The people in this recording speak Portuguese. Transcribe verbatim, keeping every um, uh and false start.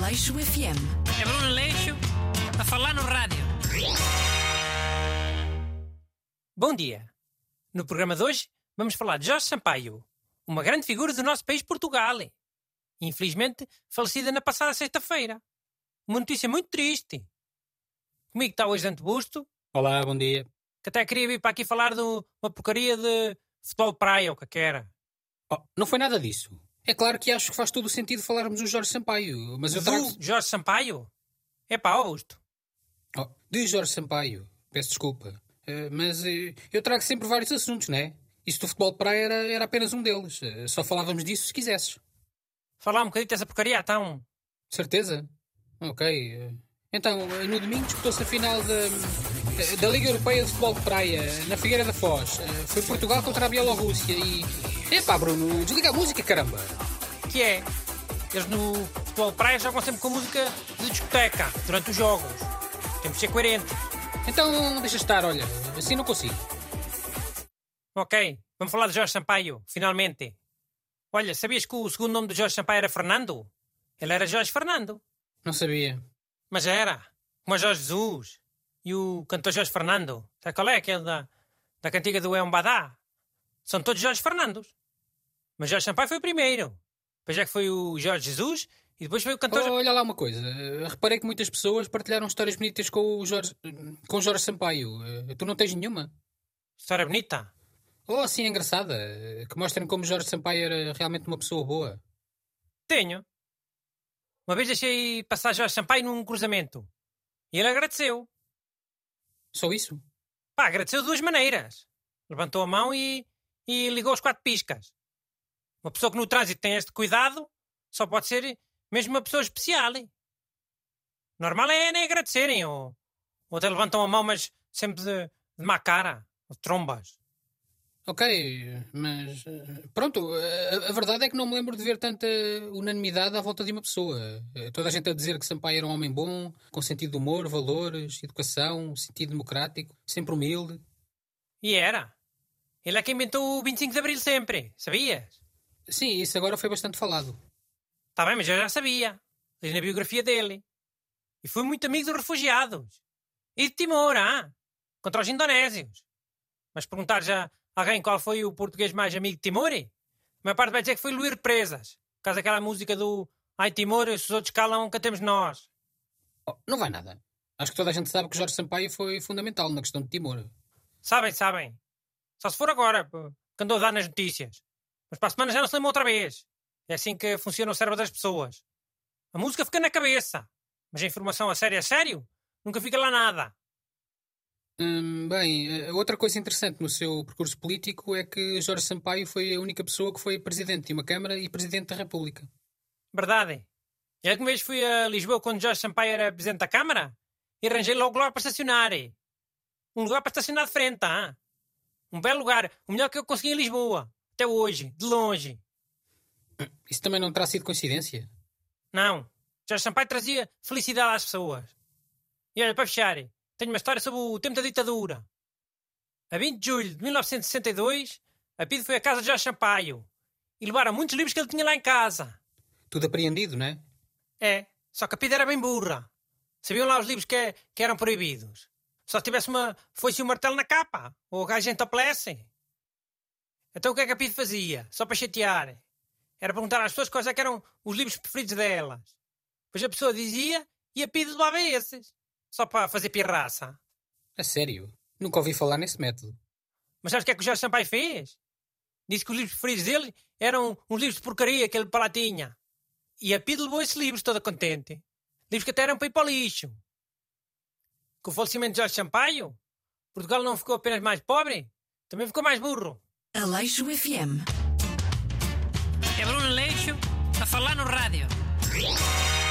Aleixo F M. É Bruno Aleixo a falar no rádio. Bom dia. No programa de hoje vamos falar de Jorge Sampaio, uma grande figura do nosso país Portugal. Infelizmente falecida na passada sexta-feira. Uma notícia muito triste. Comigo está hoje Dante Busto. Olá, bom dia. Que até queria vir para aqui falar de uma porcaria de futebol de praia, ou o que era. Oh, não foi nada disso. É claro que acho que faz todo o sentido falarmos do Jorge Sampaio, mas eu trago... Do Jorge Sampaio? É pá, Augusto. Oh, de Jorge Sampaio. Peço desculpa. Uh, mas uh, eu trago sempre vários assuntos, não é? Isso do futebol de praia era, era apenas um deles. Uh, só falávamos disso se quisesses. Falar um bocadinho dessa porcaria, então. Certeza? Ok. Uh, então, uh, no domingo disputou-se a final da, uh, da Liga Europeia de Futebol de Praia, na Figueira da Foz. Uh, foi Portugal contra a Bielorrússia e... Epá, Bruno, desliga a música, caramba! Que é? Eles no futebol de praia jogam sempre com música de discoteca, durante os jogos. Temos de ser coerente. Então, deixa estar, olha. Assim não consigo. Ok, vamos falar de Jorge Sampaio, finalmente. Olha, sabias que o segundo nome de Jorge Sampaio era Fernando? Ele era Jorge Fernando. Não sabia. Mas era. Como o Jorge Jesus. E o cantor Jorge Fernando. Sabe qual é? Aquele da, da cantiga do É um Badá. São todos Jorge Fernandos. Mas Jorge Sampaio foi o primeiro. Depois é que foi o Jorge Jesus e depois foi o cantor... Oh, olha lá uma coisa. Reparei que muitas pessoas partilharam histórias bonitas com o Jorge, com o Jorge Sampaio. Tu não tens nenhuma? História bonita? Ou assim engraçada, que mostrem como Jorge Sampaio era realmente uma pessoa boa. Tenho. Uma vez deixei passar Jorge Sampaio num cruzamento. E ele agradeceu. Só isso? Pá, agradeceu de duas maneiras. Levantou a mão e, e ligou os quatro piscas. Uma pessoa que no trânsito tem este cuidado só pode ser mesmo uma pessoa especial. Normal é nem agradecerem. Ou, ou até levantam a mão, mas sempre de, de má cara. Ou trombas. Ok, mas pronto, a, a verdade é que não me lembro de ver tanta unanimidade à volta de uma pessoa. Toda a gente a dizer que Sampaio era um homem bom, com sentido de humor, valores, educação, sentido democrático, sempre humilde. E era. Ele é que inventou o vinte e cinco de Abril sempre, sabias? Sim, isso agora foi bastante falado. Está bem, mas eu já sabia. Diz na biografia dele. E foi muito amigo dos refugiados. E de Timor, ah? Contra os indonésios. Mas perguntar já a alguém qual foi o português mais amigo de Timor? A maior parte vai dizer que foi Luís Represas. Por causa daquela música do Ai Timor, se os outros calam, cantemos nós. Oh, não vai nada. Acho que toda a gente sabe que Jorge Sampaio foi fundamental na questão de Timor. Sabem, sabem. Só se for agora, que andou a dar nas notícias. Mas para a semana já não se lembra outra vez. É assim que funciona o cérebro das pessoas. A música fica na cabeça. Mas a informação a sério, a sério, nunca fica lá nada. Hum, bem, outra coisa interessante no seu percurso político é que Jorge Sampaio foi a única pessoa que foi presidente de uma Câmara e presidente da República. Verdade. E a última vez fui a Lisboa quando Jorge Sampaio era presidente da Câmara e arranjei logo lugar para estacionar. Um lugar para estacionar de frente, ah? Um belo lugar. O melhor que eu consegui em Lisboa. Até hoje. De longe. Isso também não terá sido coincidência? Não. Jorge Sampaio trazia felicidade às pessoas. E olha, para fechar, tenho uma história sobre o tempo da ditadura. A vinte de julho de mil novecentos e sessenta e dois, a P I D foi à casa de Jorge Sampaio e levaram muitos livros que ele tinha lá em casa. Tudo apreendido, não é? É. Só que a P I D era bem burra. Sabiam lá os livros que, que eram proibidos. Só se tivesse uma foice e um martelo na capa. Ou o gajo entaplece. Então o que é que a P I D fazia? Só para chatear. Era perguntar às pessoas quais é que eram os livros preferidos delas. Depois a pessoa dizia e a P I D levava esses. Só para fazer pirraça. A sério? Nunca ouvi falar nesse método. Mas sabes o que é que o Jorge Sampaio fez? Disse que os livros preferidos dele eram uns livros de porcaria que ele para lá tinha. E a P I D levou esses livros toda contente. Livros que até eram para ir para o lixo. Com o falecimento de Jorge Sampaio, Portugal não ficou apenas mais pobre, também ficou mais burro. Aleixo F M. É Bruno Aleixo a falar no rádio.